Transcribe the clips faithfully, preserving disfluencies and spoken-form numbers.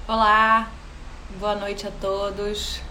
Olá, boa noite a todos.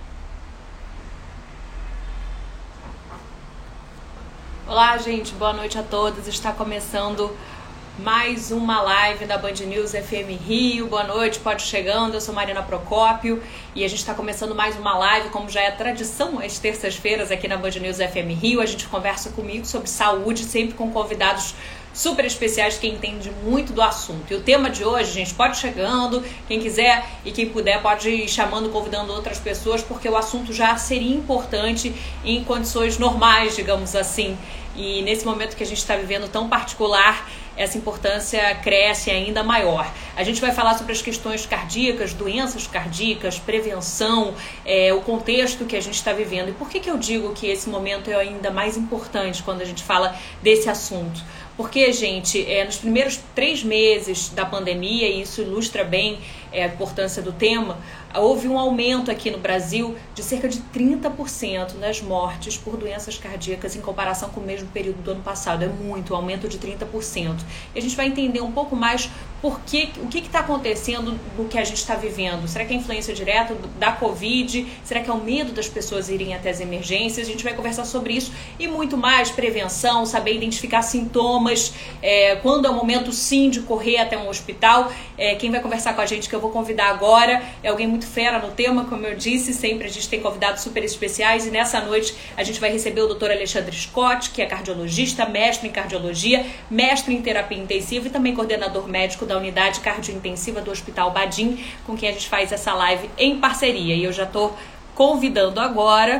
Olá, gente, boa noite a todos. Está começando mais uma live da Band News F M Rio. Boa noite, pode chegando. Eu sou Marina Procópio e a gente está começando mais uma live, como já é tradição às terças-feiras aqui na Band News F M Rio. A gente conversa comigo sobre saúde, sempre com convidados super especiais que entendem muito do assunto. E o tema de hoje, gente, pode chegando, quem quiser e quem puder pode ir chamando, convidando outras pessoas, porque o assunto já seria importante em condições normais, digamos assim. E nesse momento que a gente está vivendo tão particular, essa importância cresce ainda maior. A gente vai falar sobre as questões cardíacas, doenças cardíacas, prevenção, é, o contexto que a gente está vivendo. E por que que eu digo que esse momento é ainda mais importante quando a gente fala desse assunto? Porque, gente, é, nos primeiros três meses da pandemia, e isso ilustra bem é, a importância do tema, houve um aumento aqui no Brasil de cerca de trinta por cento nas mortes por doenças cardíacas em comparação com o mesmo período do ano passado. É muito, um aumento de trinta por cento. E a gente vai entender um pouco mais por que, o que está acontecendo no que a gente está vivendo. Será que é influência direta da Covid? Será que é o medo das pessoas irem até as emergências? A gente vai conversar sobre isso e muito mais, prevenção, saber identificar sintomas, é, quando é o momento sim de correr até um hospital. É, quem vai conversar com a gente, que eu vou convidar agora, é alguém muito fera no tema, como eu disse, sempre a gente tem convidados super especiais e nessa noite a gente vai receber o doutor Alexandre Scott, que é cardiologista, mestre em cardiologia, mestre em terapia intensiva e também coordenador médico da unidade cardiointensiva do Hospital Badim, com quem a gente faz essa live em parceria. E eu já estou convidando agora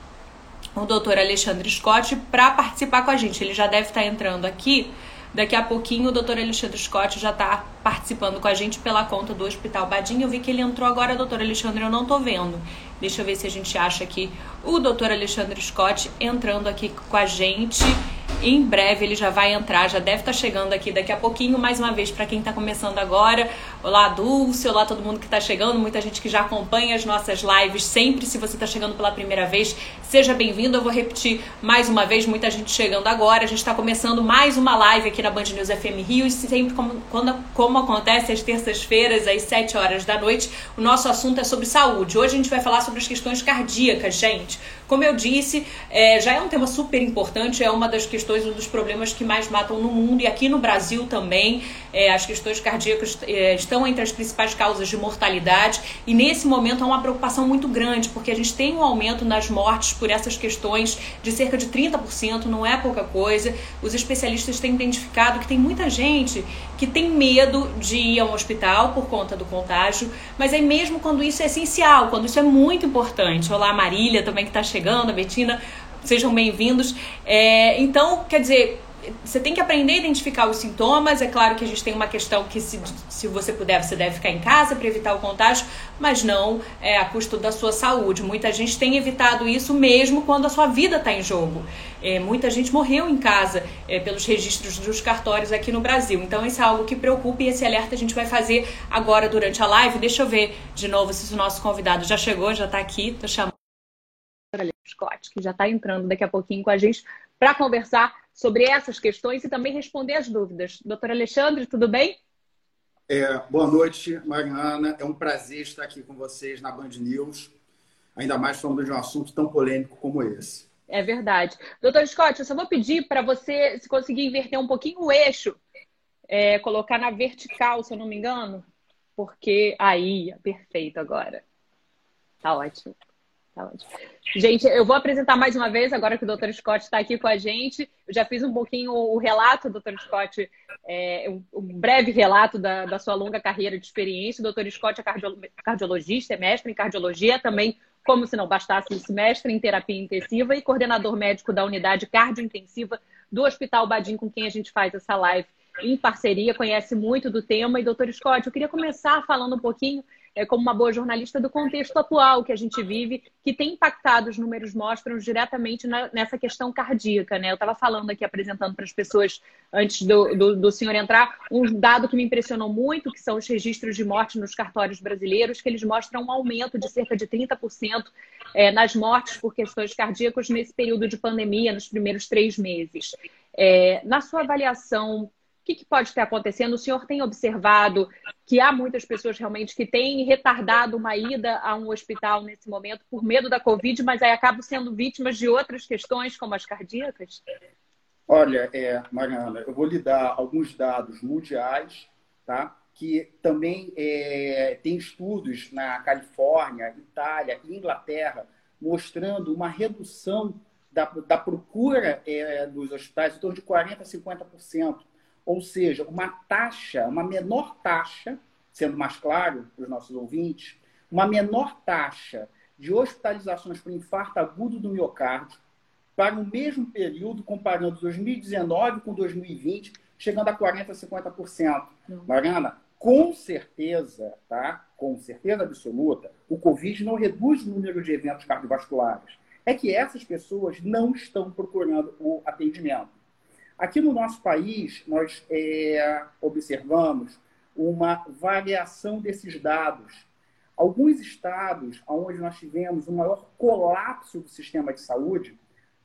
o doutor Alexandre Scott para participar com a gente. Ele já deve estar entrando aqui. Daqui a pouquinho o doutor Alexandre Scott já está participando com a gente pela conta do Hospital Badim. Eu vi que ele entrou agora, doutor Alexandre, eu não estou vendo. Deixa eu ver se a gente acha aqui o doutor Alexandre Scott entrando aqui com a gente. Em breve ele já vai entrar, já deve estar chegando aqui daqui a pouquinho. Mais uma vez, para quem está começando agora, olá Dulce, olá todo mundo que está chegando, muita gente que já acompanha as nossas lives sempre. Se você está chegando pela primeira vez, seja bem-vindo. Eu vou repetir mais uma vez, muita gente chegando agora. A gente está começando mais uma live aqui na Band News F M Rio, e sempre como, quando, como acontece às terças-feiras, às sete horas da noite, o nosso assunto é sobre saúde. Hoje a gente vai falar sobre as questões cardíacas, gente. Como eu disse, é, já é um tema super importante, é uma das questões, um dos problemas que mais matam no mundo e aqui no Brasil também. É, as questões cardíacas é, estão entre as principais causas de mortalidade e nesse momento há uma preocupação muito grande, porque a gente tem um aumento nas mortes por essas questões de cerca de trinta por cento, não é pouca coisa. Os especialistas têm identificado que tem muita gente que tem medo de ir a um hospital por conta do contágio, mas é mesmo quando isso é essencial, quando isso é muito importante. Olá, Marília também que está chegando, a Betina, sejam bem-vindos. É, então, quer dizer, você tem que aprender a identificar os sintomas. É claro que a gente tem uma questão que se, se você puder, você deve ficar em casa para evitar o contágio, mas não é a custo da sua saúde. Muita gente tem evitado isso mesmo quando a sua vida está em jogo. É, muita gente morreu em casa é, pelos registros dos cartórios aqui no Brasil. Então isso é algo que preocupa e esse alerta a gente vai fazer agora durante a live. Deixa eu ver de novo se o nosso convidado já chegou, já está aqui. Estou chamando o Scott, que já está entrando daqui a pouquinho com a gente para conversar sobre essas questões e também responder as dúvidas. Doutor Alexandre, tudo bem? É, boa noite, Mariana. É um prazer estar aqui com vocês na Band News, ainda mais falando de um assunto tão polêmico como esse. É verdade. Doutor Scott, eu só vou pedir para você, se conseguir inverter um pouquinho o eixo, é, colocar na vertical, se eu não me engano, porque aí, perfeito agora. Tá ótimo. Tá ótimo. Gente, eu vou apresentar mais uma vez, agora que o doutor Scott está aqui com a gente. Eu já fiz um pouquinho o relato, doutor Scott, é, um, um breve relato da, da sua longa carreira de experiência. O doutor Scott é cardiolo, cardiologista, é mestre em cardiologia, também, como se não bastasse isso, mestre em terapia intensiva e coordenador médico da unidade cardiointensiva do Hospital Badim, com quem a gente faz essa live em parceria, conhece muito do tema. E, doutor Scott, eu queria começar falando um pouquinho, é, como uma boa jornalista, do contexto atual que a gente vive, que tem impactado, os números mostram, diretamente na, nessa questão cardíaca, né? Eu estava falando aqui, apresentando para as pessoas, antes do, do, do senhor entrar, um dado que me impressionou muito, que são os registros de morte nos cartórios brasileiros, que eles mostram um aumento de cerca de trinta por cento é, nas mortes por questões cardíacas nesse período de pandemia, nos primeiros três meses. É, na sua avaliação, que, que pode estar acontecendo? O senhor tem observado que há muitas pessoas realmente que têm retardado uma ida a um hospital nesse momento por medo da Covid, mas aí acabam sendo vítimas de outras questões, como as cardíacas? Olha, é, Mariana, eu vou lhe dar alguns dados mundiais, tá? Que também é, tem estudos na Califórnia, Itália e Inglaterra mostrando uma redução da, da procura é, dos hospitais em torno de quarenta por cento a cinquenta por cento. Ou seja, uma taxa, uma menor taxa, sendo mais claro para os nossos ouvintes, uma menor taxa de hospitalizações por infarto agudo do miocárdio para o mesmo período, comparando dois mil e dezenove com dois mil e vinte, chegando a quarenta por cento a cinquenta por cento. Mariana, com certeza, tá? Com certeza absoluta, o Covid não reduz o número de eventos cardiovasculares. É que essas pessoas não estão procurando o atendimento. Aqui no nosso país, nós é, observamos uma variação desses dados. Alguns estados onde nós tivemos um maior colapso do sistema de saúde,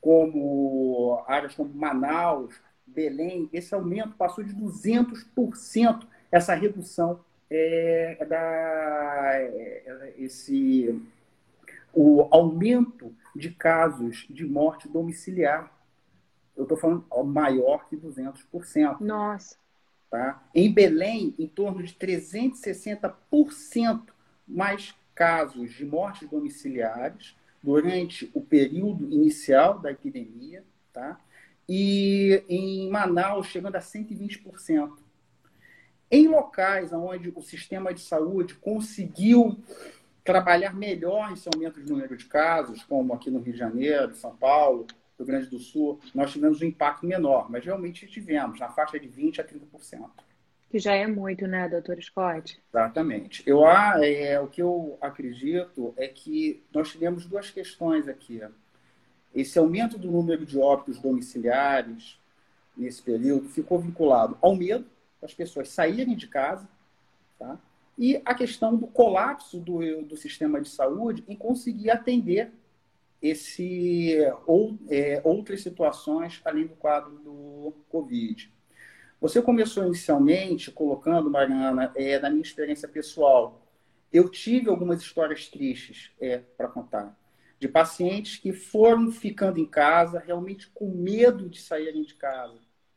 como áreas como Manaus, Belém, esse aumento passou de duzentos por cento, essa redução é, da, é, esse, o aumento de casos de morte domiciliar. Eu estou falando maior que duzentos por cento. Nossa. Tá? Em Belém, em torno de trezentos e sessenta por cento mais casos de mortes domiciliares durante o período inicial da epidemia, tá? E em Manaus chegando a cento e vinte por cento. Em locais onde o sistema de saúde conseguiu trabalhar melhor esse aumento de número de casos, como aqui no Rio de Janeiro, São Paulo, Rio Grande do Sul, nós tivemos um impacto menor, mas realmente tivemos na faixa de vinte a trinta por cento. Que já é muito, né, doutor Scott? Exatamente. Eu, é, o que eu acredito é que nós tivemos duas questões aqui. Esse aumento do número de óbitos domiciliares nesse período ficou vinculado ao medo das pessoas saírem de casa, tá? E a questão do colapso do, do sistema de saúde em conseguir atender esse, ou, é, outras situações além do quadro do Covid. Você começou inicialmente colocando, Mariana, é, na minha experiência pessoal. Eu tive algumas histórias tristes é, para contar, de pacientes que foram ficando em casa, realmente com medo de saírem de casa.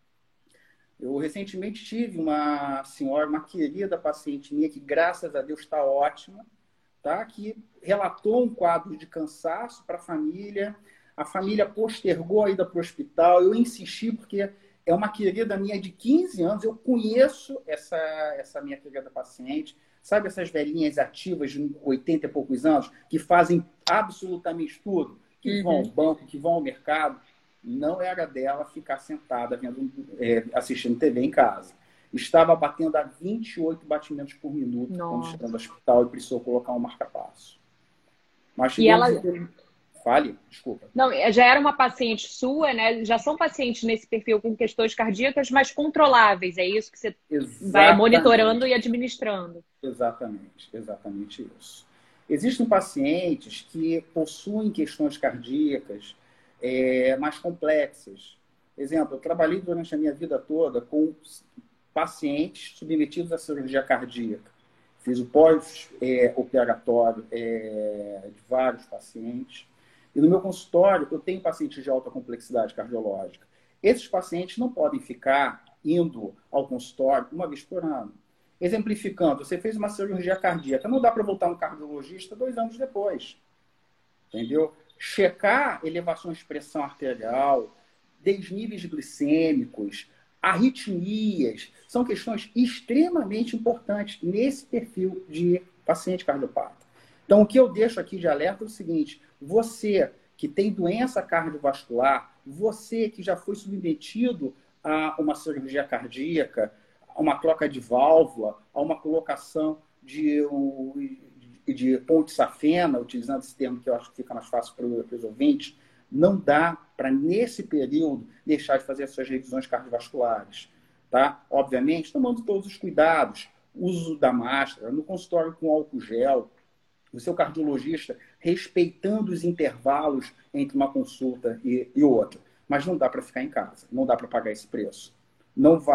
Eu recentemente tive uma senhora, uma querida paciente minha, que graças a Deus está ótima, tá? Que relatou um quadro de cansaço para a família. A família postergou a ida para o hospital. Eu insisti porque é uma querida minha de quinze anos. Eu conheço essa, essa minha querida paciente. Sabe essas velhinhas ativas de oitenta e poucos anos que fazem absolutamente tudo? Que uhum. vão ao banco, que vão ao mercado. Não era dela ficar sentada vendo, é, assistindo T V em casa. Estava batendo a vinte e oito batimentos por minuto. Nossa. Quando chegou no hospital e precisou colocar um marca-passo. Mas e ela... Fale, desculpa. Não, já era uma paciente sua, né? Já são pacientes nesse perfil com questões cardíacas, mas controláveis. É isso que você exatamente. Vai monitorando e administrando. Exatamente, exatamente isso. Existem pacientes que possuem questões cardíacas é, mais complexas. Exemplo, eu trabalhei durante a minha vida toda com pacientes submetidos à cirurgia cardíaca. Fiz o pós-operatório é, é, de vários pacientes. E no meu consultório, eu tenho pacientes de alta complexidade cardiológica. Esses pacientes não podem ficar indo ao consultório uma vez por ano. Exemplificando, você fez uma cirurgia cardíaca, não dá para voltar no cardiologista dois anos depois. Entendeu? Checar elevações de pressão arterial, desníveis glicêmicos, arritmias, são questões extremamente importantes nesse perfil de paciente cardiopata. Então, o que eu deixo aqui de alerta é o seguinte: você que tem doença cardiovascular, você que já foi submetido a uma cirurgia cardíaca, a uma troca de válvula, a uma colocação de, de, de ponte safena, utilizando esse termo que eu acho que fica mais fácil para os ouvintes, não dá para, nesse período, deixar de fazer as suas revisões cardiovasculares. Tá? Obviamente, tomando todos os cuidados, uso da máscara, no consultório com álcool gel, o seu cardiologista respeitando os intervalos entre uma consulta e, e outra. Mas não dá para ficar em casa, não dá para pagar esse preço. Não vai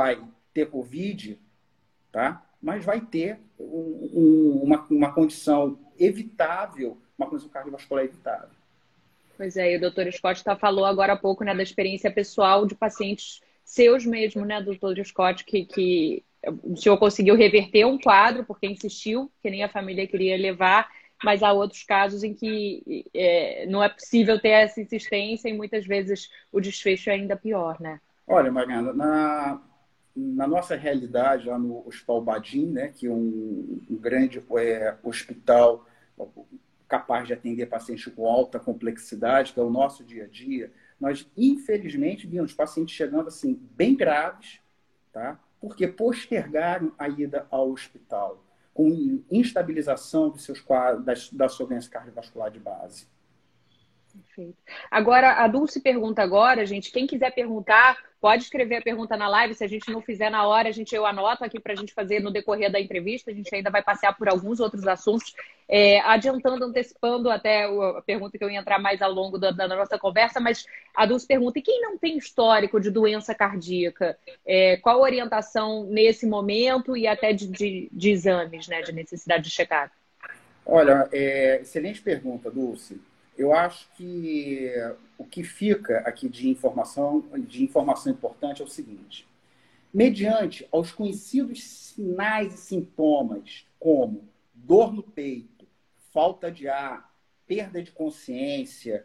ter Covid, tá? Mas vai ter um, um, uma, uma condição evitável, uma condição cardiovascular evitável. Pois é, e o doutor Scott tá, falou agora há pouco, né, da experiência pessoal de pacientes seus mesmo, né, doutor Scott, que, que o senhor conseguiu reverter um quadro, porque insistiu, que nem a família queria levar, mas há outros casos em que é, não é possível ter essa insistência e muitas vezes o desfecho é ainda pior, né? Olha, Mariana, na, na nossa realidade, lá no Hospital Badim, né, que é um, um grande é, hospital capaz de atender pacientes com alta complexidade, que é o nosso dia a dia, nós, infelizmente, vimos pacientes chegando assim, bem graves, tá? Porque postergaram a ida ao hospital, com instabilização dos seus quadros, da, da sua doença cardiovascular de base. Perfeito. Agora, a Dulce pergunta agora, gente, quem quiser perguntar, pode escrever a pergunta na live, se a gente não fizer na hora, a gente, eu anoto aqui para a gente fazer no decorrer da entrevista, a gente ainda vai passear por alguns outros assuntos, é, adiantando, antecipando até a pergunta que eu ia entrar mais ao longo da, da nossa conversa, mas a Dulce pergunta, e quem não tem histórico de doença cardíaca, é, qual a orientação nesse momento e até de, de, de exames, né, de necessidade de checar? Olha, é, excelente pergunta, Dulce. Eu acho que o que fica aqui de informação, de informação importante é o seguinte. Mediante aos conhecidos sinais e sintomas, como dor no peito, falta de ar, perda de consciência,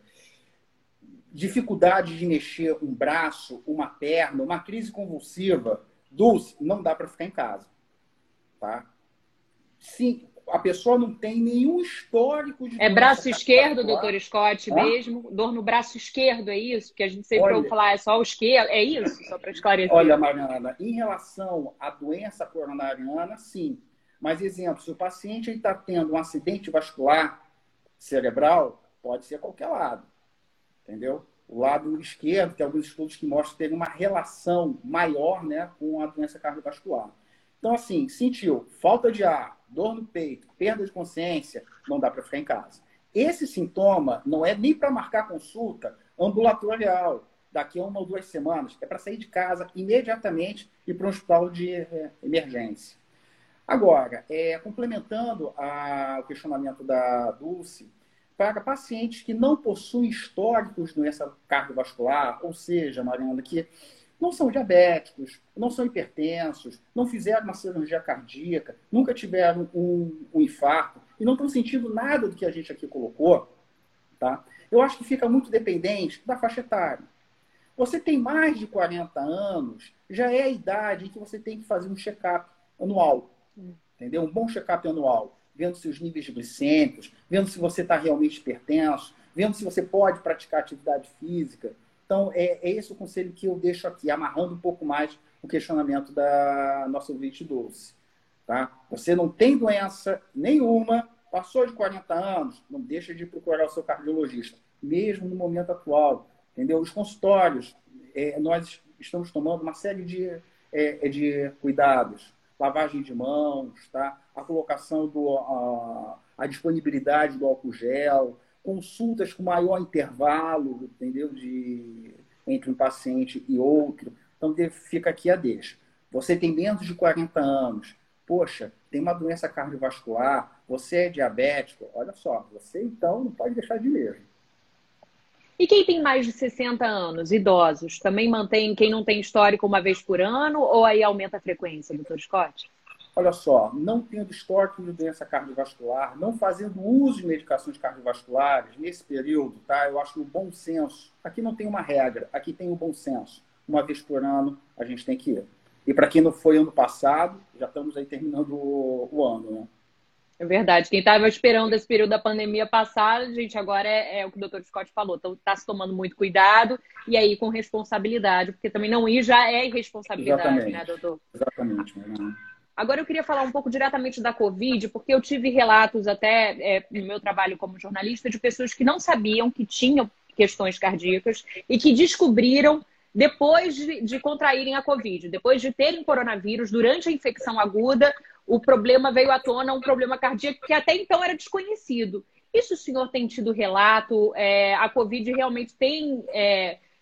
dificuldade de mexer um braço, uma perna, uma crise convulsiva, Dulce, não dá para ficar em casa. Tá? Sim. A pessoa não tem nenhum histórico de... É braço esquerdo, doutor Scott, ah? mesmo? Dor no braço esquerdo, é isso? Porque a gente sempre ouve falar, é só o esquerdo, é isso? Só para esclarecer. Olha, Mariana, em relação à doença coronariana, sim. Mas, exemplo, se o paciente está tendo um acidente vascular cerebral, pode ser qualquer lado, entendeu? O lado esquerdo, tem alguns estudos que mostram que tem uma relação maior, né, com a doença cardiovascular. Então, assim, sentiu falta de ar, dor no peito, perda de consciência, não dá para ficar em casa. Esse sintoma não é nem para marcar consulta ambulatorial daqui a uma ou duas semanas, é para sair de casa imediatamente e ir para um hospital de é, emergência. Agora, é, complementando a, o questionamento da Dulce, para pacientes que não possuem históricos de doença cardiovascular, ou seja, Mariana, que não são diabéticos, não são hipertensos, não fizeram uma cirurgia cardíaca, nunca tiveram um, um infarto e não estão sentindo nada do que a gente aqui colocou, tá? Eu acho que fica muito dependente da faixa etária. Você tem mais de quarenta anos, já é a idade em que você tem que fazer um check-up anual, entendeu? Um bom check-up anual, vendo seus níveis glicêmicos, vendo se você está realmente hipertenso, vendo se você pode praticar atividade física. Então, é, é esse o conselho que eu deixo aqui, amarrando um pouco mais o questionamento da nossa ouvinte Dulce. Tá? Você não tem doença nenhuma, passou de quarenta anos, não deixa de procurar o seu cardiologista, mesmo no momento atual. Entendeu? Os consultórios, é, nós estamos tomando uma série de, é, de cuidados. Lavagem de mãos, tá? A colocação, do, a, a disponibilidade do álcool gel, consultas com maior intervalo, entendeu? De, entre um paciente e outro. Então, fica aqui a deixa. Você tem menos de quarenta anos, poxa, tem uma doença cardiovascular, você é diabético, olha só, você então não pode deixar de ler. E quem tem mais de sessenta anos, idosos, também mantém, quem não tem histórico uma vez por ano, ou aí aumenta a frequência, doutor Scott? Olha só, não tendo histórico de doença cardiovascular, não fazendo uso de medicações cardiovasculares nesse período, tá? Eu acho que o bom senso, aqui não tem uma regra, aqui tem o bom senso. Uma vez por ano a gente tem que ir. E para quem não foi ano passado, já estamos aí terminando o, o ano, né? É verdade. Quem estava esperando esse período da pandemia passar, gente, agora é, é o que o doutor Scott falou. Então, está se tomando muito cuidado e aí com responsabilidade, porque também não ir já é irresponsabilidade, Exatamente. Né, doutor? Exatamente, né? Agora eu queria falar um pouco diretamente da Covid, porque eu tive relatos até é, no meu trabalho como jornalista de pessoas que não sabiam que tinham questões cardíacas e que descobriram depois de, de contraírem a Covid, depois de terem coronavírus, durante a infecção aguda, o problema veio à tona, um problema cardíaco que até então era desconhecido. Isso o senhor tem tido relato? É, a Covid realmente tem é,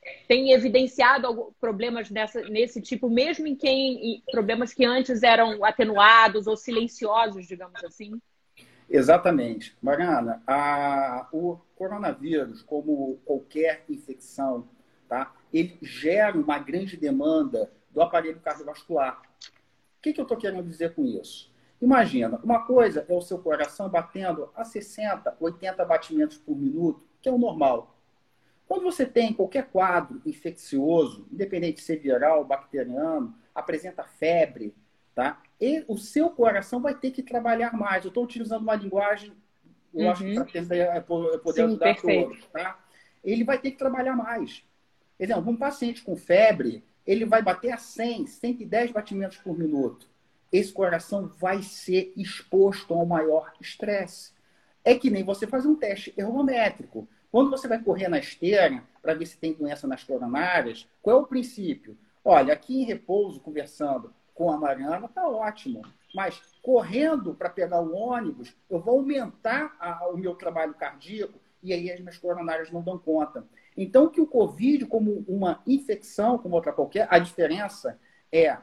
tem evidenciado alguns problemas dessa, nesse tipo, mesmo em quem em problemas que antes eram atenuados ou silenciosos, digamos assim? Exatamente. Mariana, a, o coronavírus, como qualquer infecção, tá, ele gera uma grande demanda do aparelho cardiovascular. O que, que eu estou querendo dizer com isso? Imagina, uma coisa é o seu coração batendo a sessenta, oitenta batimentos por minuto, que é o normal. Quando você tem qualquer quadro infeccioso, independente de ser viral, bacteriano, apresenta febre, tá? E o seu coração vai ter que trabalhar mais. Eu estou utilizando uma linguagem, eu uhum. acho que para poder Sim, ajudar perfeito. todos, tá? Ele vai ter que trabalhar mais. Exemplo, um paciente com febre, ele vai bater a cem, cento e dez batimentos por minuto. Esse coração vai ser exposto ao maior estresse. É que nem você fazer um teste ergométrico. Quando você vai correr na esteira para ver se tem doença nas coronárias, qual é o princípio? Olha, aqui em repouso, conversando com a Mariana, está ótimo. Mas correndo para pegar o ônibus, eu vou aumentar a, o meu trabalho cardíaco e aí as minhas coronárias não dão conta. Então, que o Covid, como uma infecção, como outra qualquer, a diferença é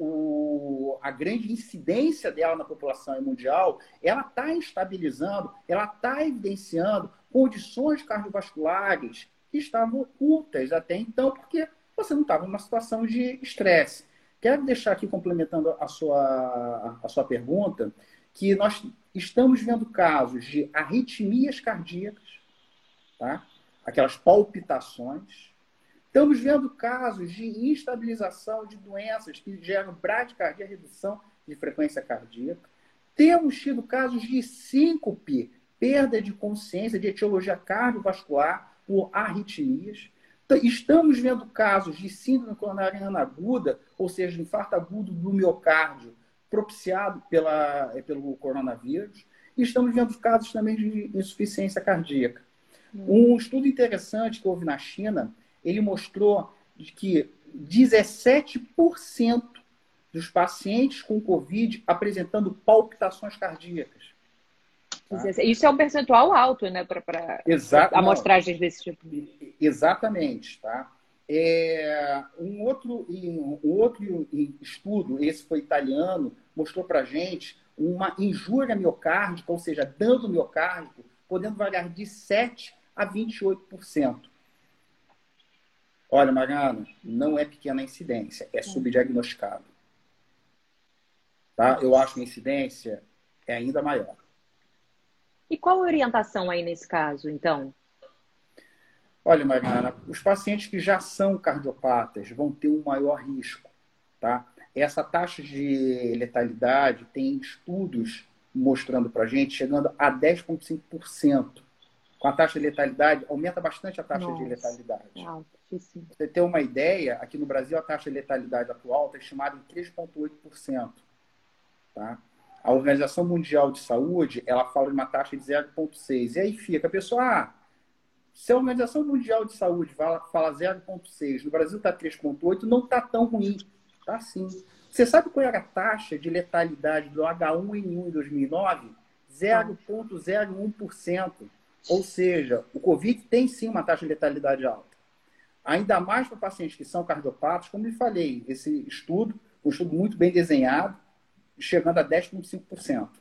o, a grande incidência dela na população mundial, ela está estabilizando, ela está evidenciando condições cardiovasculares que estavam ocultas até então, porque você não estava numa situação de estresse. Quero deixar aqui, complementando a sua, a sua pergunta, que nós estamos vendo casos de arritmias cardíacas, tá? Aquelas palpitações. Estamos vendo casos de instabilização de doenças que geram bradicardia, redução de frequência cardíaca. Temos tido casos de síncope, perda de consciência, de etiologia cardiovascular por arritmias. Estamos vendo casos de síndrome coronariana aguda, ou seja, infarto agudo do miocárdio, propiciado pela, pelo coronavírus. E estamos vendo casos também de insuficiência cardíaca. Um estudo interessante que houve na China, ele mostrou que dezessete por cento dos pacientes com Covid apresentando palpitações cardíacas. Tá? Isso é um percentual alto, né, para amostragens desse tipo. Exatamente. Tá? É, um, outro, um outro estudo, esse foi italiano, mostrou para a gente uma injúria miocárdica, ou seja, dano miocárdico, podendo variar de sete por cento a vinte e oito por cento. Olha, Mariana, não é pequena a incidência, é subdiagnosticado. Tá? Eu acho que a incidência é ainda maior. E qual a orientação aí nesse caso, então? Olha, Mariana, os pacientes que já são cardiopatas vão ter um maior risco. Tá? Essa taxa de letalidade tem estudos mostrando para a gente chegando a dez vírgula cinco por cento. Com a taxa de letalidade, aumenta bastante a taxa Nossa, de letalidade. É altíssimo. Você ter uma ideia, aqui no Brasil a taxa de letalidade atual está estimada em três vírgula oito por cento. Tá? A Organização Mundial de Saúde, ela fala de uma taxa de zero vírgula seis. E aí fica, a pessoa, ah, se a Organização Mundial de Saúde fala, fala zero vírgula seis, no Brasil está três vírgula oito, não está tão ruim. Está sim. Você sabe qual era a taxa de letalidade do agá um ene um em dois mil e nove? zero vírgula zero um por cento. Ou seja, o Covid tem sim uma taxa de letalidade alta. Ainda mais para pacientes que são cardiopatas, como eu falei, esse estudo, um estudo muito bem desenhado, chegando a dez vírgula cinco por cento.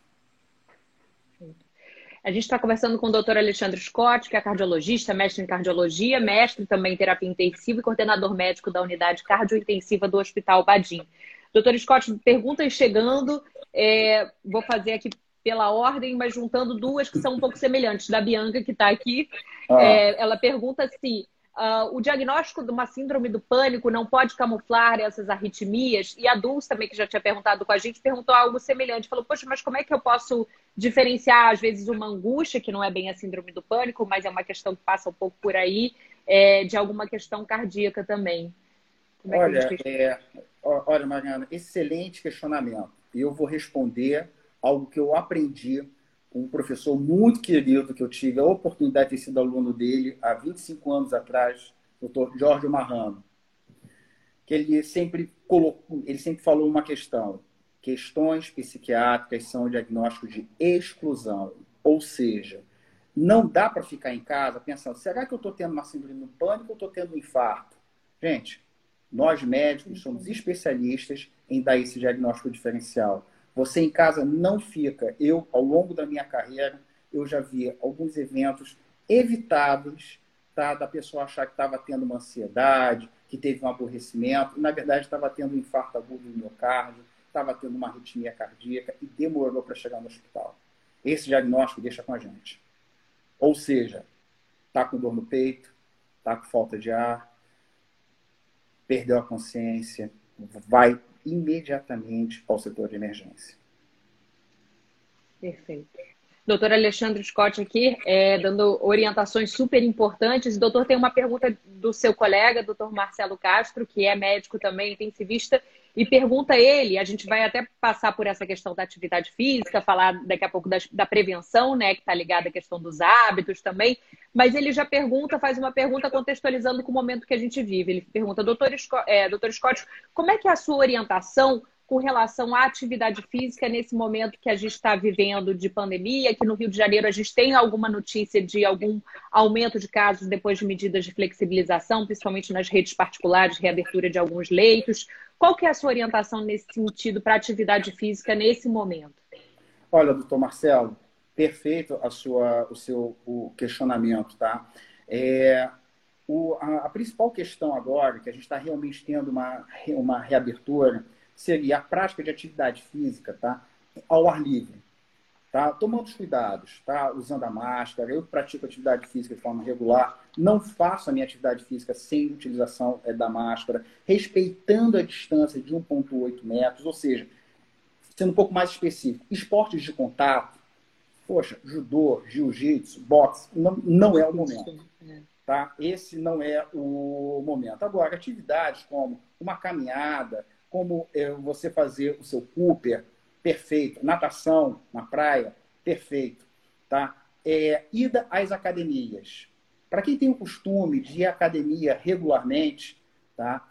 A gente está conversando com o doutor Alexandre Scott, que é cardiologista, mestre em cardiologia, mestre também em terapia intensiva e coordenador médico da unidade cardiointensiva do Hospital Badim. doutor Scott, perguntas chegando, é, vou fazer aqui pela ordem, mas juntando duas que são um pouco semelhantes. Da Bianca, que está aqui, ah. é, ela pergunta se uh, o diagnóstico de uma síndrome do pânico não pode camuflar essas arritmias. E a Dulce também, que já tinha perguntado com a gente, perguntou algo semelhante. Falou, poxa, mas como é que eu posso diferenciar, às vezes, uma angústia, que não é bem a síndrome do pânico, mas é uma questão que passa um pouco por aí, é, de alguma questão cardíaca também? Como é olha, que é, olha, Mariana, excelente questionamento. E eu vou responder algo que eu aprendi com um professor muito querido que eu tive a oportunidade de ter sido aluno dele há vinte e cinco anos atrás, o doutor Jorge Marrano, que ele sempre colocou, ele sempre falou uma questão: questões psiquiátricas são diagnósticos de exclusão, ou seja, não dá para ficar em casa pensando, será que eu estou tendo uma síndrome do pânico ou estou tendo um infarto? Gente, nós médicos somos especialistas em dar esse diagnóstico diferencial. Você em casa não fica. Eu, ao longo da minha carreira, eu já vi alguns eventos evitáveis, tá, da pessoa achar que estava tendo uma ansiedade, que teve um aborrecimento, e na verdade estava tendo um infarto agudo do miocárdio, estava tendo uma arritmia cardíaca e demorou para chegar no hospital. Esse diagnóstico deixa com a gente. Ou seja, está com dor no peito, está com falta de ar, perdeu a consciência, vai imediatamente ao setor de emergência. Perfeito. Doutor Alexandre Scott aqui, é, dando orientações super importantes. Doutor, tem uma pergunta do seu colega, doutor Marcelo Castro, que é médico também, intensivista, e pergunta ele, a gente vai até passar por essa questão da atividade física, falar daqui a pouco da, da prevenção, né, que está ligada à questão dos hábitos também, mas ele já pergunta, faz uma pergunta contextualizando com o momento que a gente vive. Ele pergunta, doutor Scott, é, doutor Scott, como é que é a sua orientação com relação à atividade física nesse momento que a gente está vivendo de pandemia, que no Rio de Janeiro a gente tem alguma notícia de algum aumento de casos depois de medidas de flexibilização, principalmente nas redes particulares, reabertura de alguns leitos. Qual que é a sua orientação nesse sentido para a atividade física nesse momento? Olha, doutor Marcelo, perfeito a sua, o seu o questionamento, tá? É, o, a, a principal questão agora, que a gente está realmente tendo uma, uma reabertura, seria a prática de atividade física, tá, ao ar livre, tá, tomando os cuidados, tá, usando a máscara. Eu pratico atividade física de forma regular, não faço a minha atividade física sem utilização é, da máscara, respeitando a distância de um vírgula oito metros, ou seja, sendo um pouco mais específico, esportes de contato, poxa, judô, jiu-jitsu, boxe, não, não é o momento. Tá? Esse não é o momento. Agora, atividades como uma caminhada, como é, você fazer o seu Cooper, perfeito. Natação na praia, perfeito. Tá? É, ida às academias. Para quem tem o costume de ir à academia regularmente, tá?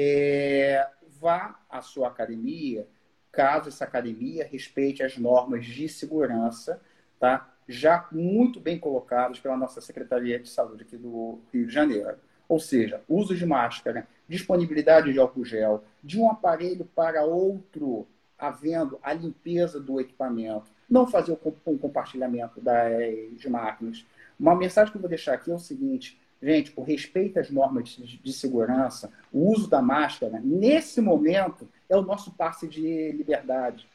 É, vá à sua academia, caso essa academia respeite as normas de segurança, tá? Já muito bem colocadas pela nossa Secretaria de Saúde aqui do Rio de Janeiro. Ou seja, uso de máscara, disponibilidade de álcool gel, de um aparelho para outro, havendo a limpeza do equipamento, não fazer o compartilhamento das máquinas. Uma mensagem que eu vou deixar aqui é o seguinte, gente, o respeito às normas de segurança, o uso da máscara, nesse momento, é o nosso passe de liberdade.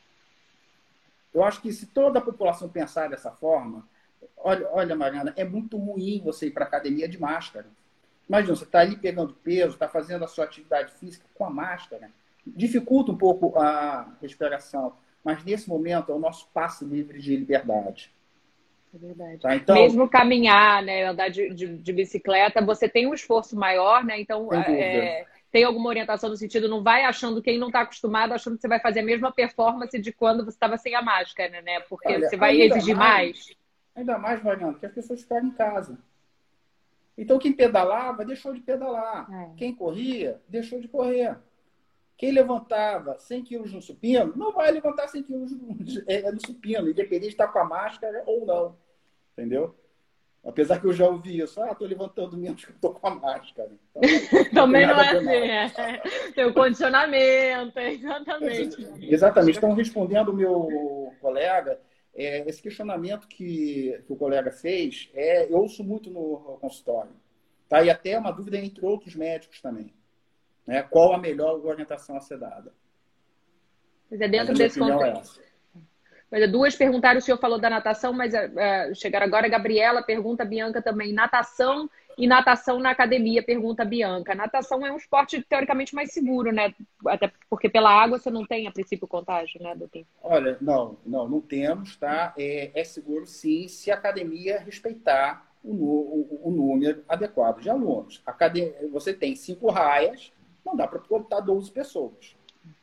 Eu acho que se toda a população pensar dessa forma, olha, olha Mariana, é muito ruim você ir para a academia de máscara. Imagina, você está ali pegando peso, está fazendo a sua atividade física com a máscara. Dificulta um pouco a respiração, mas nesse momento é o nosso passe livre de liberdade. É verdade. Tá? Então, mesmo caminhar, né, andar de, de, de bicicleta, você tem um esforço maior, né? Então, é, tem alguma orientação no sentido, não vai achando, quem não está acostumado, achando que você vai fazer a mesma performance de quando você estava sem a máscara, né? Porque olha, você vai exigir mais, mais. Ainda mais, Mariana, que as pessoas ficaram em casa. Então, quem pedalava, deixou de pedalar. É. Quem corria, deixou de correr. Quem levantava cem quilos no supino, não vai levantar cem quilos no supino, independente de estar com a máscara ou não. Entendeu? Apesar que eu já ouvi isso. Ah, estou levantando menos que estou com a máscara. Então, também não, não é assim. É. Tem o condicionamento, exatamente. Exatamente. Então, respondendo o meu colega, é, esse questionamento que, que o colega fez, é, eu ouço muito no consultório. Tá? E até uma dúvida entre outros médicos também. Né? Qual a melhor orientação a ser dada? Mas é dentro desse contexto. Mas, duas perguntaram, o senhor falou da natação, mas uh, chegaram agora. A Gabriela pergunta, a Bianca também, natação e natação na academia, pergunta a Bianca. Natação é um esporte teoricamente mais seguro, né? Até porque pela água você não tem, a princípio, contágio, né, doutor? Olha, não, não, não temos, tá? É, é seguro, sim, se a academia respeitar o, o, o número adequado de alunos. Academia, você tem cinco raias, não dá para botar doze pessoas.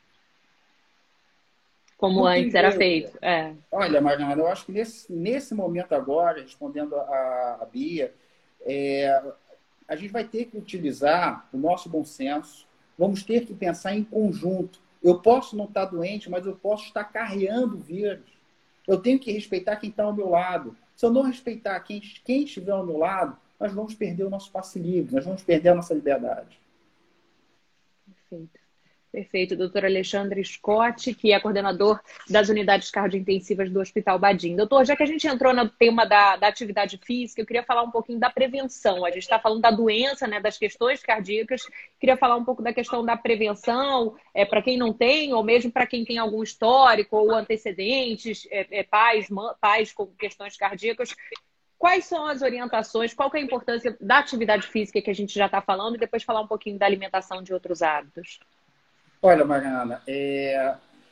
Como Muito antes era feito. É. Olha, Mariana, eu acho que nesse, nesse momento agora, respondendo a, a Bia, é, a gente vai ter que utilizar o nosso bom senso, vamos ter que pensar em conjunto. Eu posso não estar doente, mas eu posso estar carreando o vírus. Eu tenho que respeitar quem está ao meu lado. Se eu não respeitar quem, quem estiver ao meu lado, nós vamos perder o nosso passe livre, nós vamos perder a nossa liberdade. Perfeito. Perfeito, doutor Alexandre Scott, que é coordenador das unidades cardiointensivas do Hospital Badim. Doutor, já que a gente entrou no tema da, da atividade física, eu queria falar um pouquinho da prevenção. A gente está falando da doença, né, das questões cardíacas, queria falar um pouco da questão da prevenção, é, para quem não tem, ou mesmo para quem tem algum histórico ou antecedentes, é, é, pais, mãe, pais com questões cardíacas. Quais são as orientações, qual que é a importância da atividade física que a gente já está falando, e depois falar um pouquinho da alimentação de outros hábitos? Olha, Mariana, é,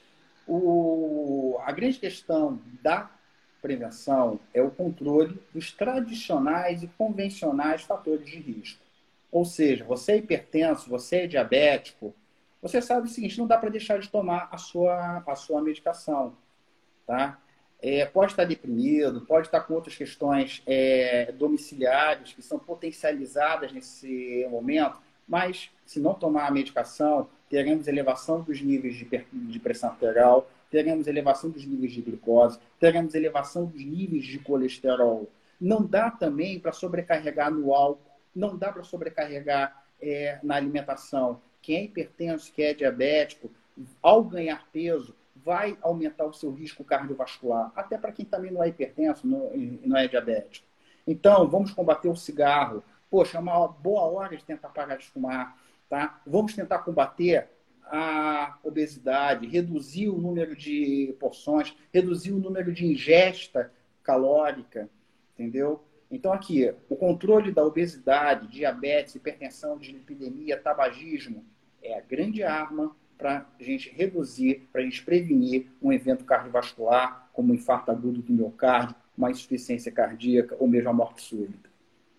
o, a grande questão da prevenção é o controle dos tradicionais e convencionais fatores de risco. Ou seja, você é hipertenso, você é diabético, você sabe o seguinte, não dá para deixar de tomar a sua, a sua medicação, tá? É, pode estar deprimido, pode estar com outras questões é, domiciliares que são potencializadas nesse momento, mas se não tomar a medicação, teremos elevação dos níveis de, de pressão arterial, teremos elevação dos níveis de glicose, teremos elevação dos níveis de colesterol. Não dá também para sobrecarregar no álcool, não dá para sobrecarregar é, na alimentação. Quem é hipertenso, quem é diabético, ao ganhar peso, vai aumentar o seu risco cardiovascular, até para quem também não é hipertenso e não é diabético. Então, vamos combater o cigarro. Poxa, é uma boa hora de tentar parar de fumar. Tá? Vamos tentar combater a obesidade, reduzir o número de porções, reduzir o número de ingesta calórica, entendeu? Então, aqui, o controle da obesidade, diabetes, hipertensão, dislipidemia, tabagismo é a grande arma para a gente reduzir, para a gente prevenir um evento cardiovascular, como um infarto agudo do miocárdio, uma insuficiência cardíaca ou mesmo a morte súbita.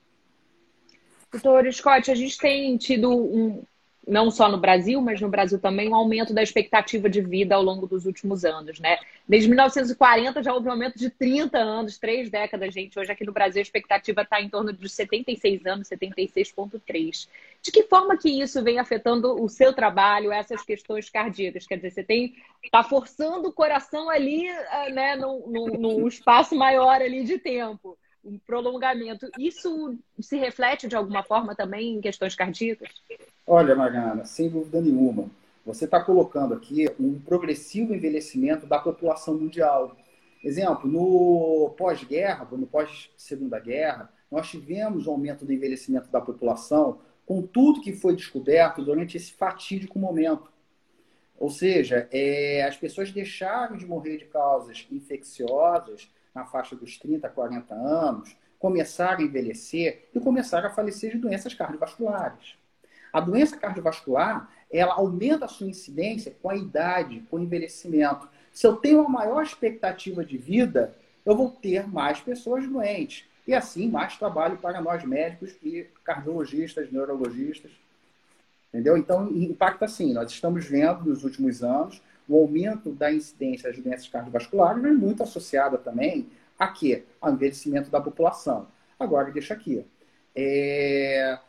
Doutor Scott, a gente tem tido, um, não só no Brasil, mas no Brasil também, um aumento da expectativa de vida ao longo dos últimos anos, né? Desde mil novecentos e quarenta já houve um aumento de trinta anos, três décadas, gente. Hoje aqui no Brasil a expectativa está em torno de setenta e seis anos, setenta e seis vírgula três. De que forma que isso vem afetando o seu trabalho, essas questões cardíacas? Quer dizer, você tem está forçando o coração ali, né, num, num, num espaço maior ali de tempo. Um prolongamento. Isso se reflete de alguma forma também em questões cardíacas? Olha, Mariana, sem dúvida nenhuma. Você está colocando aqui um progressivo envelhecimento da população mundial. Exemplo, no pós-guerra, no pós-segunda guerra, nós tivemos um aumento do envelhecimento da população com tudo que foi descoberto durante esse fatídico momento. Ou seja, é, as pessoas deixaram de morrer de causas infecciosas na faixa dos trinta, quarenta anos, começaram a envelhecer e começaram a falecer de doenças cardiovasculares. A doença cardiovascular, ela aumenta a sua incidência com a idade, com o envelhecimento. Se eu tenho uma maior expectativa de vida, eu vou ter mais pessoas doentes. E assim, mais trabalho para nós médicos e cardiologistas, neurologistas. Entendeu? Então, impacta assim. Nós estamos vendo nos últimos anos o aumento da incidência das doenças cardiovasculares, mas muito associada também a quê? Ao envelhecimento da população. Agora, deixa aqui. É...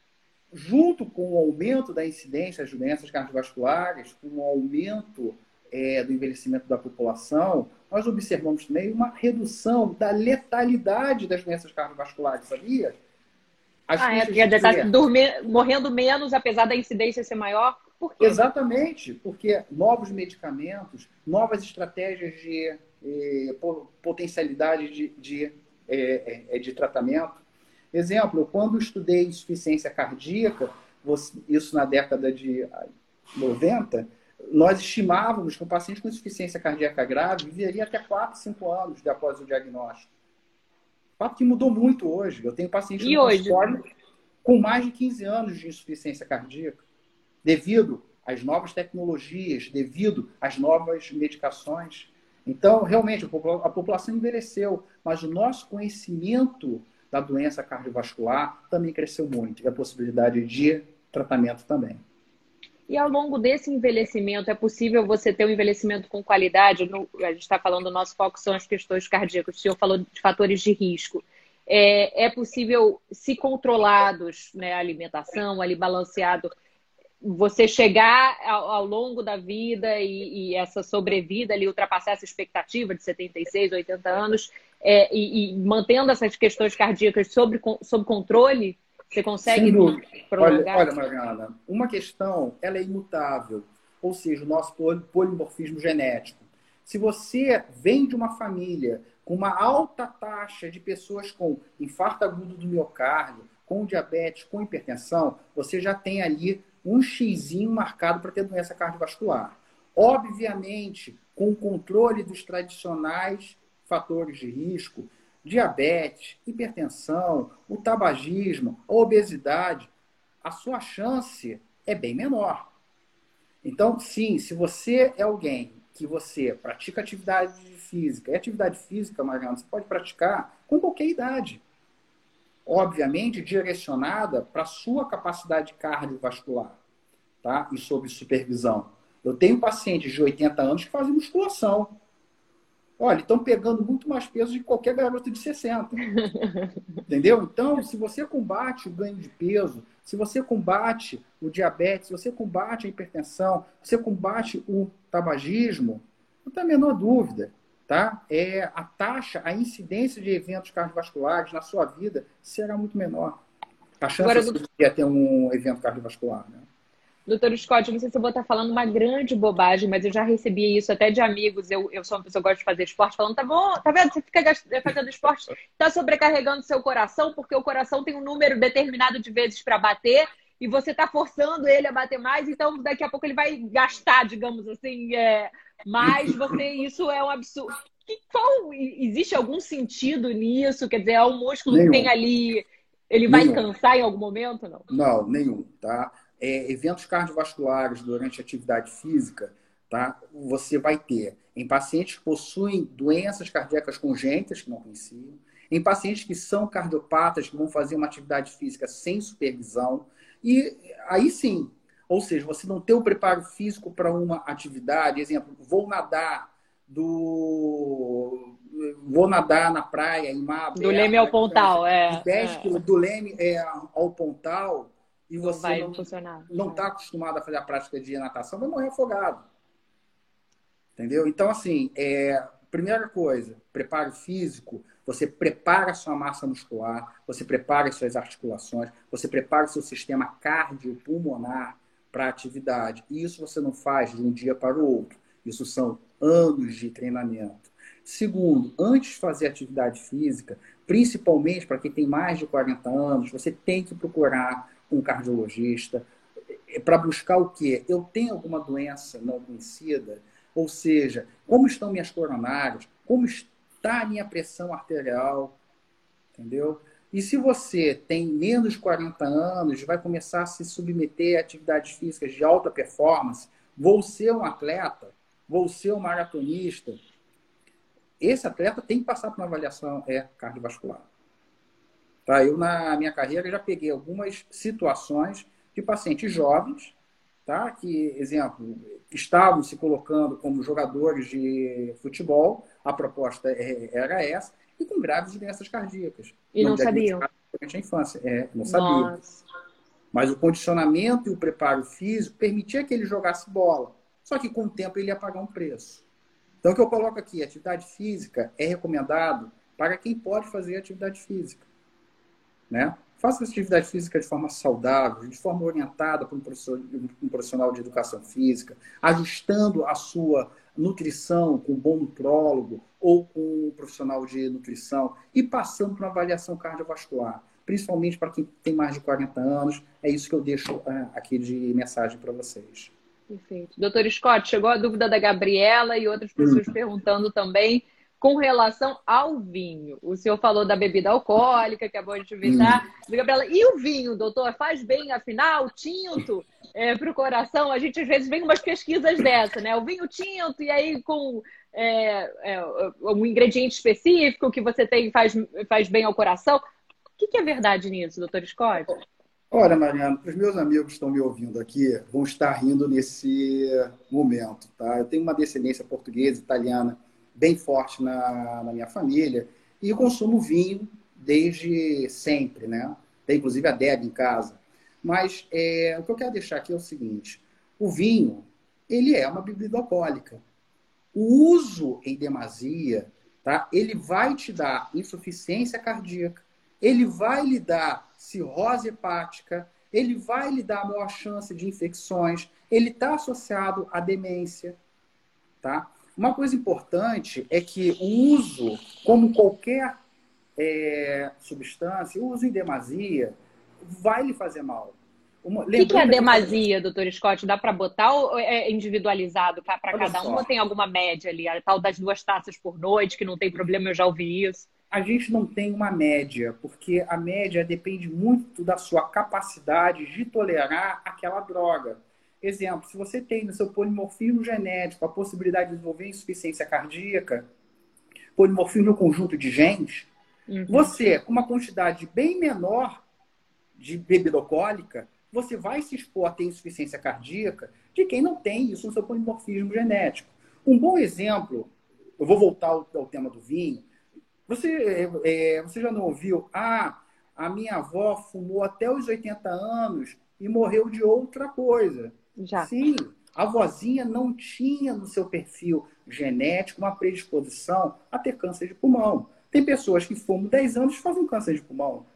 Junto com o aumento da incidência das doenças cardiovasculares, com o aumento é, do envelhecimento da população, nós observamos também uma redução da letalidade das doenças cardiovasculares, sabia? As ah, é, quer dizer, está dormir, morrendo menos, apesar da incidência ser maior? Por quê? Exatamente, porque novos medicamentos, novas estratégias de eh, potencialidade de, de, eh, de tratamento. Exemplo, quando estudei insuficiência cardíaca, isso na década de noventa, nós estimávamos que o paciente com insuficiência cardíaca grave viveria até quatro, cinco anos após o diagnóstico. Fato que mudou muito hoje. Eu tenho pacientes no consultório com mais de quinze anos de insuficiência cardíaca, devido às novas tecnologias, devido às novas medicações. Então, realmente, a população envelheceu, mas o nosso conhecimento da doença cardiovascular também cresceu muito, e a possibilidade de tratamento também. E ao longo desse envelhecimento, é possível você ter um envelhecimento com qualidade? No, a gente está falando, o nosso foco são as questões cardíacas, o senhor falou de fatores de risco. É, é possível, se controlados, né, a alimentação, ali balanceado, você chegar ao, ao longo da vida e, e essa sobrevida ali, ultrapassar essa expectativa de setenta e seis, oitenta anos, é, e, e mantendo essas questões cardíacas sob, sob controle? Você consegue prolongar? Olha, olha, Mariana, uma questão, ela é imutável, ou seja, o nosso polimorfismo genético. Se você vem de uma família com uma alta taxa de pessoas com infarto agudo do miocárdio, com diabetes, com hipertensão, você já tem ali um xizinho marcado para ter doença cardiovascular. Obviamente, com o controle dos tradicionais fatores de risco, diabetes, hipertensão, o tabagismo, a obesidade, a sua chance é bem menor. Então, sim, se você é alguém que você pratica atividade física, e atividade física, Mariana, você pode praticar com qualquer idade. Obviamente, direcionada para a sua capacidade cardiovascular, tá? E sob supervisão. Eu tenho pacientes de oitenta anos que fazem musculação. Olha, estão pegando muito mais peso de qualquer garoto de sessenta. Entendeu? Então, se você combate o ganho de peso, se você combate o diabetes, se você combate a hipertensão, se você combate o tabagismo, não tem a menor dúvida, tá? É, a taxa, a incidência de eventos cardiovasculares na sua vida será muito menor. A chance Agora, de você ter um evento cardiovascular, né? Doutor Scott, não sei se eu vou estar falando uma grande bobagem, mas eu já recebi isso até de amigos. Eu, eu sou uma pessoa que gosta de fazer esporte, falando, tá bom, tá vendo? Você fica fazendo esporte, tá sobrecarregando seu coração, porque o coração tem um número determinado de vezes para bater, e você tá forçando ele a bater mais, então daqui a pouco ele vai gastar, digamos assim, é, mais. Você, isso é um absurdo. Que, qual, existe algum sentido nisso? Quer dizer, é um músculo nenhum. Que tem ali, ele vai nenhum. Cansar em algum momento? Não, não nenhum, tá? É, eventos cardiovasculares durante a atividade física, tá? Você vai ter em pacientes que possuem doenças cardíacas congênitas, que não conheciam, em pacientes que são cardiopatas, que vão fazer uma atividade física sem supervisão, e aí sim, ou seja, você não ter o preparo físico para uma atividade, exemplo, vou nadar do... Vou nadar na praia, em mar aberto, do Leme ao Pontal, é. dez é. quilômetros, do Leme é, ao Pontal, e você vai não funcionar. não está acostumado a fazer a prática de natação, vai morrer afogado. Entendeu? Então, assim, é, primeira coisa, preparo físico, você prepara a sua massa muscular, você prepara as suas articulações, você prepara o seu sistema cardiopulmonar para a atividade. E isso você não faz de um dia para o outro. Isso são anos de treinamento. Segundo, antes de fazer atividade física, principalmente para quem tem mais de quarenta anos, você tem que procurar um cardiologista, para buscar o quê? Eu tenho alguma doença não conhecida? Ou seja, como estão minhas coronárias? Como está a minha pressão arterial? Entendeu? E se você tem menos de quarenta anos, vai começar a se submeter a atividades físicas de alta performance, vou ser um atleta, vou ser um maratonista, esse atleta tem que passar por uma avaliação é, cardiovascular. Tá? Eu, na minha carreira, já peguei algumas situações de pacientes jovens, tá? Que, exemplo, estavam se colocando como jogadores de futebol, a proposta era essa, e com graves doenças cardíacas. E não, não sabiam. Durante a infância. É, não sabiam. Mas o condicionamento e o preparo físico permitia que ele jogasse bola. Só que com o tempo ele ia pagar um preço. Então, o que eu coloco aqui, atividade física é recomendado para quem pode fazer atividade física. Né? Faça atividade física de forma saudável, de forma orientada por um profissional, um profissional de educação física, ajustando a sua nutrição com um bom nutrólogo ou com um profissional de nutrição e passando por uma avaliação cardiovascular, principalmente para quem tem mais de quarenta anos. É isso que eu deixo uh, aqui de mensagem para vocês. Perfeito. doutor Scott, chegou a dúvida da Gabriela e outras pessoas hum. perguntando também com relação ao vinho. O senhor falou da bebida alcoólica, que é bom de evitar. Hum. Gabriela, e o vinho, doutor? Faz bem, afinal, tinto é, para o coração? A gente, às vezes, vem umas pesquisas dessa, né? O vinho tinto, e aí com é, é, um ingrediente específico que você tem faz, faz bem ao coração. O que, que é verdade nisso, doutor Scott? Olha, Mariana, os meus amigos que estão me ouvindo aqui vão estar rindo nesse momento, tá? Eu tenho uma descendência portuguesa, italiana, bem forte na, na minha família, e eu consumo vinho desde sempre, né? Tem inclusive a adega em casa. Mas é, o que eu quero deixar aqui é o seguinte, o vinho, ele é uma bebida alcoólica. O uso em demasia, tá? Ele vai te dar insuficiência cardíaca, ele vai lhe dar cirrose hepática, ele vai lhe dar maior chance de infecções, ele está associado à demência, tá? Uma coisa importante é que o uso, como qualquer é, substância, o uso em demasia vai lhe fazer mal. Uma, o que, que é demasia, que... doutor Scott? Dá para botar ou é individualizado para cada um? Ou tem alguma média ali? A tal das duas taças por noite, que não tem problema, eu já ouvi isso. A gente não tem uma média, porque a média depende muito da sua capacidade de tolerar aquela droga. Exemplo, se você tem no seu polimorfismo genético a possibilidade de desenvolver insuficiência cardíaca, polimorfismo no conjunto de genes, uhum. Você, com uma quantidade bem menor de bebida alcoólica, você vai se expor a ter insuficiência cardíaca de quem não tem isso no seu polimorfismo genético. Um bom exemplo, eu vou voltar ao, ao tema do vinho. Você, é, você já não ouviu? Ah, a minha avó fumou até os oitenta anos e morreu de outra coisa. Já. Sim, a vozinha não tinha no seu perfil genético uma predisposição a ter câncer de pulmão. Tem pessoas que fumam dez anos e fazem câncer de pulmão.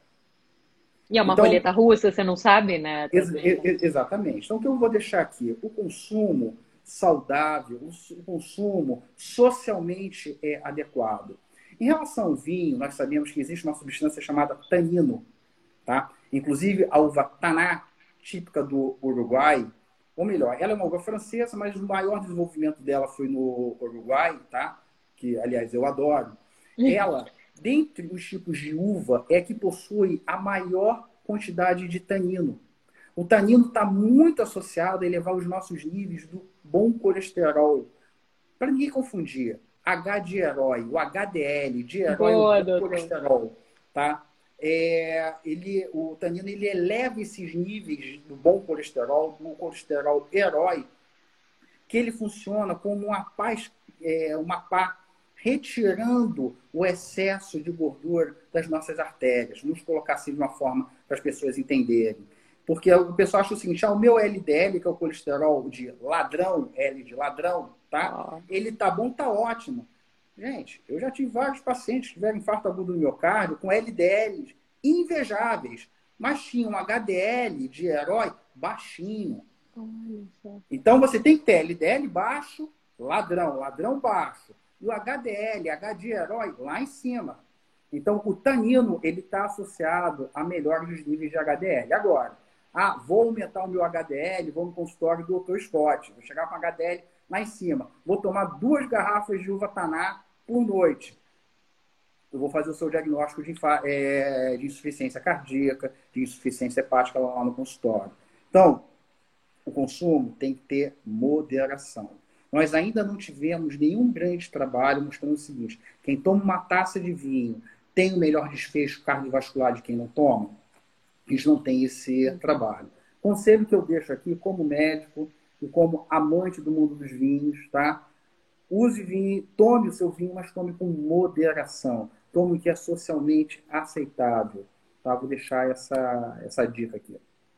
E é uma então, roleta russa, você não sabe, né? Ex ex exatamente. Então, o que eu vou deixar aqui? O consumo saudável, o consumo socialmente é adequado. Em relação ao vinho, nós sabemos que existe uma substância chamada tanino. Tá? Inclusive, a uva taná, típica do Uruguai, ou melhor, ela é uma uva francesa, mas o maior desenvolvimento dela foi no Uruguai, tá? Que, aliás, eu adoro. Ela, dentre os tipos de uva, é que possui a maior quantidade de tanino. O tanino está muito associado a elevar os nossos níveis do bom colesterol. Para ninguém confundir, H de herói, o H D L, de herói, Boa, o bom colesterol, tá? É, ele, o tanino ele eleva esses níveis do bom colesterol, do colesterol herói, que ele funciona como uma paz, é, uma pá, retirando o excesso de gordura das nossas artérias. Vamos colocar assim de uma forma para as pessoas entenderem. Porque o pessoal acha o seguinte, ah, o meu L D L, que é o colesterol de ladrão, L de ladrão, tá? Ah. Ele tá bom, tá ótimo. Gente, eu já tive vários pacientes que tiveram infarto agudo do miocárdio com L D Ls invejáveis, mas tinham um H D L de herói baixinho. Então você tem que ter L D L baixo, ladrão, ladrão baixo. E o H D L, H de herói, lá em cima. Então, o tanino, ele está associado a melhores níveis de H D L. Agora, ah, vou aumentar o meu H D L, vou no consultório do doutor Scott, vou chegar com H D L lá em cima. Vou tomar duas garrafas de uva taná por noite. Eu vou fazer o seu diagnóstico de, é, de insuficiência cardíaca, de insuficiência hepática lá no consultório. Então, o consumo tem que ter moderação. Nós ainda não tivemos nenhum grande trabalho mostrando o seguinte, quem toma uma taça de vinho tem o melhor desfecho cardiovascular de quem não toma? A gente não tem esse trabalho. Conselho que eu deixo aqui como médico e como amante do mundo dos vinhos, tá? Use vinho, tome o seu vinho, mas tome com moderação. Tome o que é socialmente aceitável. Tá? Vou deixar essa, essa dica aqui.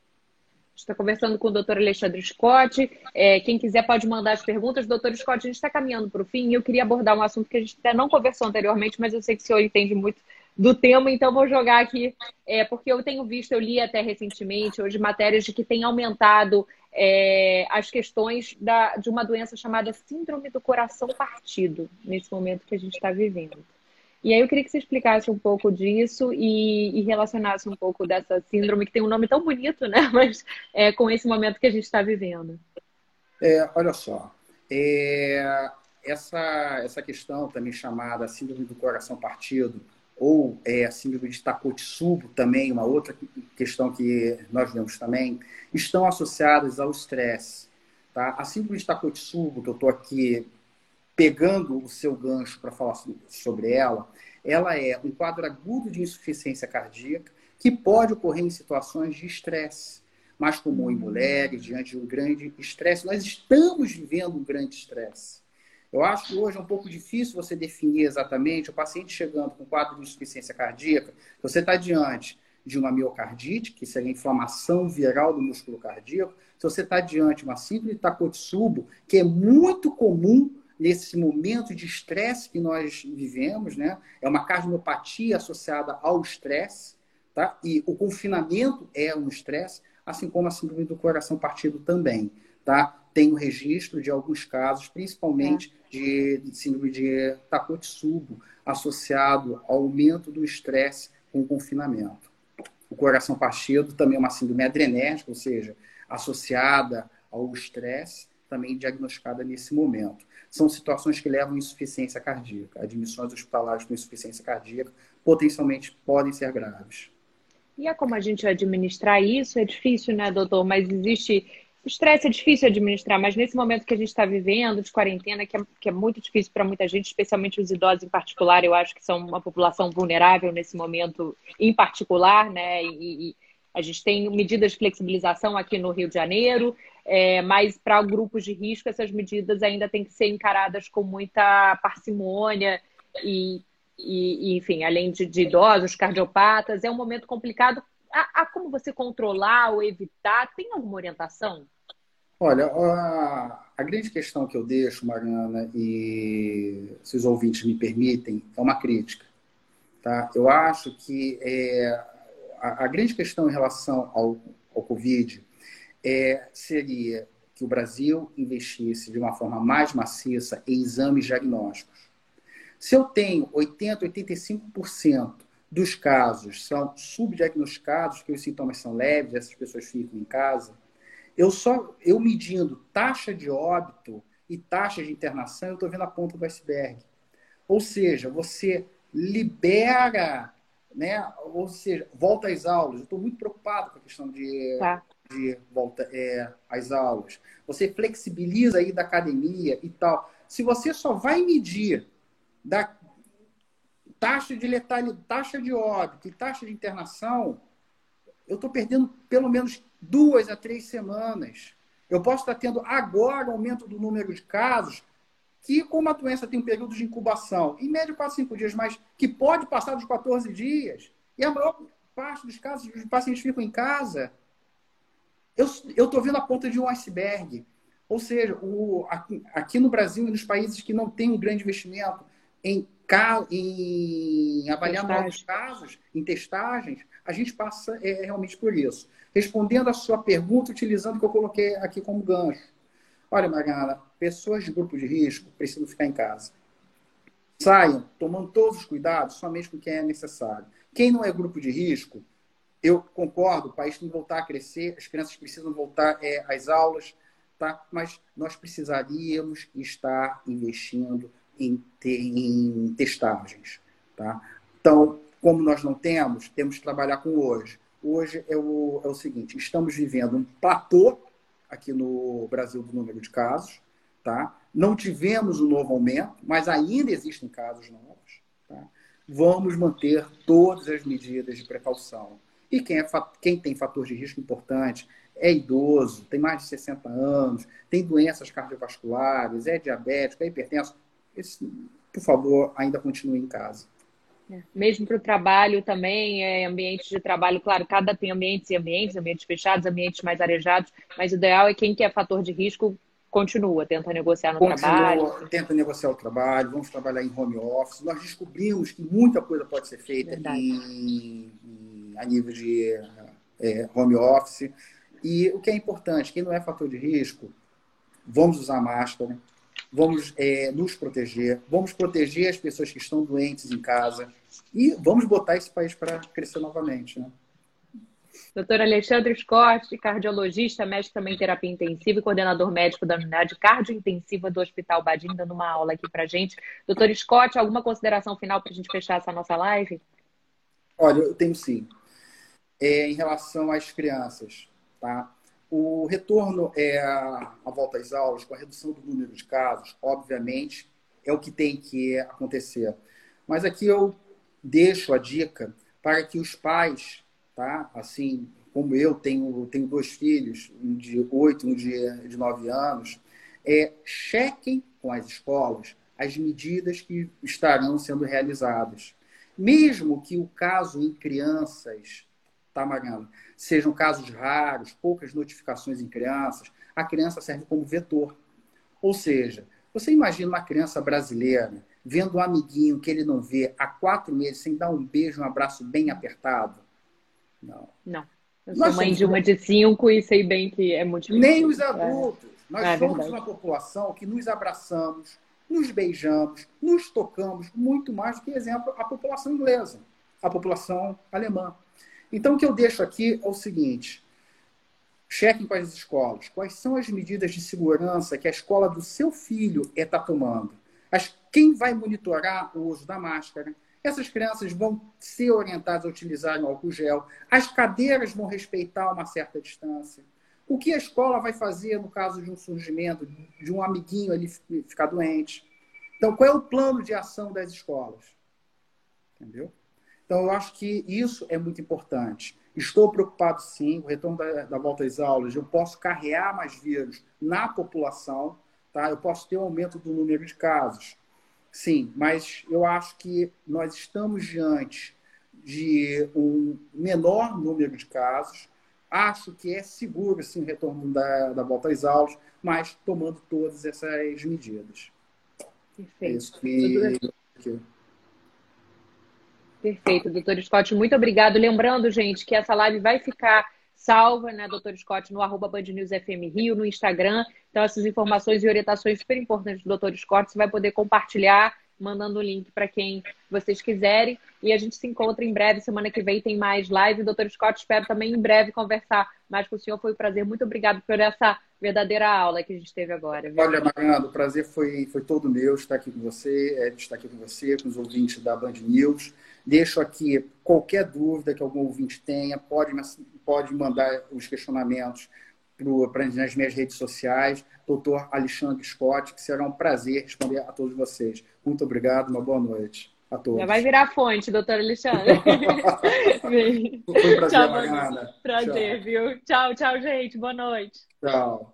Está conversando com o doutor Alexandre Scott. É, quem quiser pode mandar as perguntas. doutor Scott, a gente está caminhando para o fim e eu queria abordar um assunto que a gente até não conversou anteriormente, mas eu sei que o senhor entende muito do tema, então vou jogar aqui, é, porque eu tenho visto, eu li até recentemente, hoje, matérias de que tem aumentado é, as questões da, de uma doença chamada síndrome do coração partido, nesse momento que a gente está vivendo. E aí eu queria que você explicasse um pouco disso e, e relacionasse um pouco dessa síndrome, que tem um nome tão bonito, né? Mas é, com esse momento que a gente está vivendo. É, olha só, é, essa, essa questão também chamada síndrome do coração partido, ou é, a síndrome de Takotsubo também, uma outra questão que nós vemos também, estão associadas ao estresse. Tá? A síndrome de Takotsubo, que eu estou aqui pegando o seu gancho para falar sobre ela, ela é um quadro agudo de insuficiência cardíaca que pode ocorrer em situações de estresse, mais comum em mulheres, diante de um grande estresse. Nós estamos vivendo um grande estresse. Eu acho que hoje é um pouco difícil você definir exatamente o paciente chegando com quadro de insuficiência cardíaca. Você está diante de uma miocardite, que seria a inflamação viral do músculo cardíaco. Se você está diante de uma síndrome de Takotsubo, que é muito comum nesse momento de estresse que nós vivemos, né? É uma cardiopatia associada ao estresse, tá? E o confinamento é um estresse, assim como a síndrome do coração partido também, tá? Tem o registro de alguns casos, principalmente É. de, de síndrome de Takotsubo, associado ao aumento do estresse com o confinamento. O coração partido também é uma síndrome adrenérgica, ou seja, associada ao estresse, também diagnosticada nesse momento. São situações que levam à insuficiência cardíaca. Admissões hospitalares com insuficiência cardíaca potencialmente podem ser graves. E é como a gente administrar isso? É difícil, né, doutor? Mas existe... O estresse é difícil administrar, mas nesse momento que a gente está vivendo, de quarentena, que é, que é muito difícil para muita gente, especialmente os idosos em particular, eu acho que são uma população vulnerável nesse momento em particular, né? E, e a gente tem medidas de flexibilização aqui no Rio de Janeiro, é, mas para grupos de risco, essas medidas ainda têm que ser encaradas com muita parcimônia e, e enfim, além de, de idosos, cardiopatas, é um momento complicado. Há, há como você controlar ou evitar? Tem alguma orientação? Olha, a, a grande questão que eu deixo, Mariana, e se os ouvintes me permitem, é uma crítica. Tá? Eu acho que é, a, a grande questão em relação ao, ao Covid é, seria que o Brasil investisse de uma forma mais maciça em exames diagnósticos. Se eu tenho oitenta, oitenta e cinco por cento dos casos são subdiagnosticados, que os sintomas são leves, essas pessoas ficam em casa, eu só eu medindo taxa de óbito e taxa de internação, eu estou vendo a ponta do iceberg. Ou seja, você libera, né? Ou seja, volta às aulas. Eu estou muito preocupado com a questão de, Tá. de volta é, às aulas. Você flexibiliza aí da academia e tal. Se você só vai medir da taxa de letalidade, taxa de óbito e taxa de internação, eu estou perdendo pelo menos duas a três semanas. Eu posso estar tendo agora aumento do número de casos, que como a doença tem um período de incubação, em média quatro, cinco dias, mas que pode passar dos quatorze dias, e a maior parte dos casos, os pacientes ficam em casa, eu estou vendo a ponta de um iceberg. Ou seja, o, aqui, aqui no Brasil e nos países que não têm um grande investimento em, em avaliar Testagem. novos casos, em testagens, a gente passa é, realmente por isso. Respondendo a sua pergunta, utilizando o que eu coloquei aqui como gancho. Olha, Mariana, pessoas de grupo de risco precisam ficar em casa. Saiam tomando todos os cuidados, somente com quem é necessário. Quem não é grupo de risco, eu concordo, o país tem que voltar a crescer, as crianças precisam voltar é, às aulas, tá? Mas nós precisaríamos estar investindo em, em testagens. Tá? Então, como nós não temos, temos que trabalhar com hoje. Hoje é o, é o seguinte, estamos vivendo um platô aqui no Brasil do número de casos, tá? Não tivemos um novo aumento, mas ainda existem casos novos. Tá? Vamos manter todas as medidas de precaução. E quem, é, quem tem fator de risco importante é idoso, tem mais de sessenta anos, tem doenças cardiovasculares, é diabético, é hipertenso. Esse, por favor, ainda continue em casa. É. Mesmo para o trabalho também, é, ambientes de trabalho, claro, cada tem ambientes e ambientes, ambientes fechados, ambientes mais arejados, mas o ideal é quem quer fator de risco continua, tenta negociar no Continua, trabalho. Tenta negociar o trabalho, vamos trabalhar em home office. Nós descobrimos que muita coisa pode ser feita em, em, a nível de é, home office. E o que é importante, quem não é fator de risco, vamos usar máscara, vamos é, nos proteger, vamos proteger as pessoas que estão doentes em casa e vamos botar esse país para crescer novamente, né? doutor Alexandre Scott, cardiologista, médico também em terapia intensiva e coordenador médico da unidade cardiointensiva do Hospital Badim, dando uma aula aqui para gente. doutor Scott, alguma consideração final para a gente fechar essa nossa live? Olha, eu tenho sim. É, em relação às crianças, tá? O retorno é a, a volta às aulas, com a redução do número de casos, obviamente, é o que tem que acontecer. Mas aqui eu deixo a dica para que os pais, tá? Assim como eu tenho, tenho dois filhos, um de oito, um de, de nove anos, é, chequem com as escolas as medidas que estarão sendo realizadas. Mesmo que o caso em crianças, tá, Mariana, sejam casos raros, poucas notificações em crianças, a criança serve como vetor. Ou seja, Você imagina uma criança brasileira vendo um amiguinho que ele não vê há quatro meses sem dar um beijo, um abraço bem apertado? Não. Não. Eu Nós sou mãe somos de uma de cinco e sei bem que é muito difícil. Nem os adultos. É. Nós é somos verdade. uma população que nos abraçamos, nos beijamos, nos tocamos muito mais do que, exemplo, a população inglesa, a população alemã. Então, o que eu deixo aqui é o seguinte: chequem com as escolas. Quais são as medidas de segurança que a escola do seu filho está tomando? As, quem vai monitorar o uso da máscara? Essas crianças vão ser orientadas a utilizar o álcool gel. As cadeiras vão respeitar uma certa distância. O que a escola vai fazer no caso de um surgimento, de um amiguinho ali ficar doente? Então, qual é o plano de ação das escolas? Entendeu? Então, eu acho que isso é muito importante. Estou preocupado, sim, com o retorno da, da volta às aulas. Eu posso carregar mais vírus na população, tá? Eu posso ter um aumento do número de casos. Sim, mas eu acho que nós estamos diante de um menor número de casos. Acho que é seguro, sim, o retorno da, da volta às aulas, mas tomando todas essas medidas. Perfeito. É isso que... Perfeito, doutor Scott, muito obrigado. Lembrando, gente, que essa live vai ficar salva, né, doutor Scott, no arroba Band News F M Rio, no Instagram. Então, essas informações e orientações super importantes do doutor Scott, você vai poder compartilhar, mandando o link para quem vocês quiserem. E a gente se encontra em breve. Semana que vem tem mais live. doutor Scott, espero também em breve conversar mais com o senhor. Foi um prazer. Muito obrigado por essa verdadeira aula que a gente teve agora. Viu? Olha, Mariana, o prazer foi, foi todo meu estar aqui com você, é, estar aqui com você, com os ouvintes da Band News. Deixo aqui qualquer dúvida que algum ouvinte tenha, pode, pode mandar os questionamentos para nas minhas redes sociais, doutor Alexandre Scott, que será um prazer responder a todos vocês. Muito obrigado, uma boa noite a todos. Já vai virar fonte, doutor Alexandre. Foi um prazer, tchau, Mariana. Prazer, tchau. Viu? Tchau, tchau, gente. Boa noite. Tchau.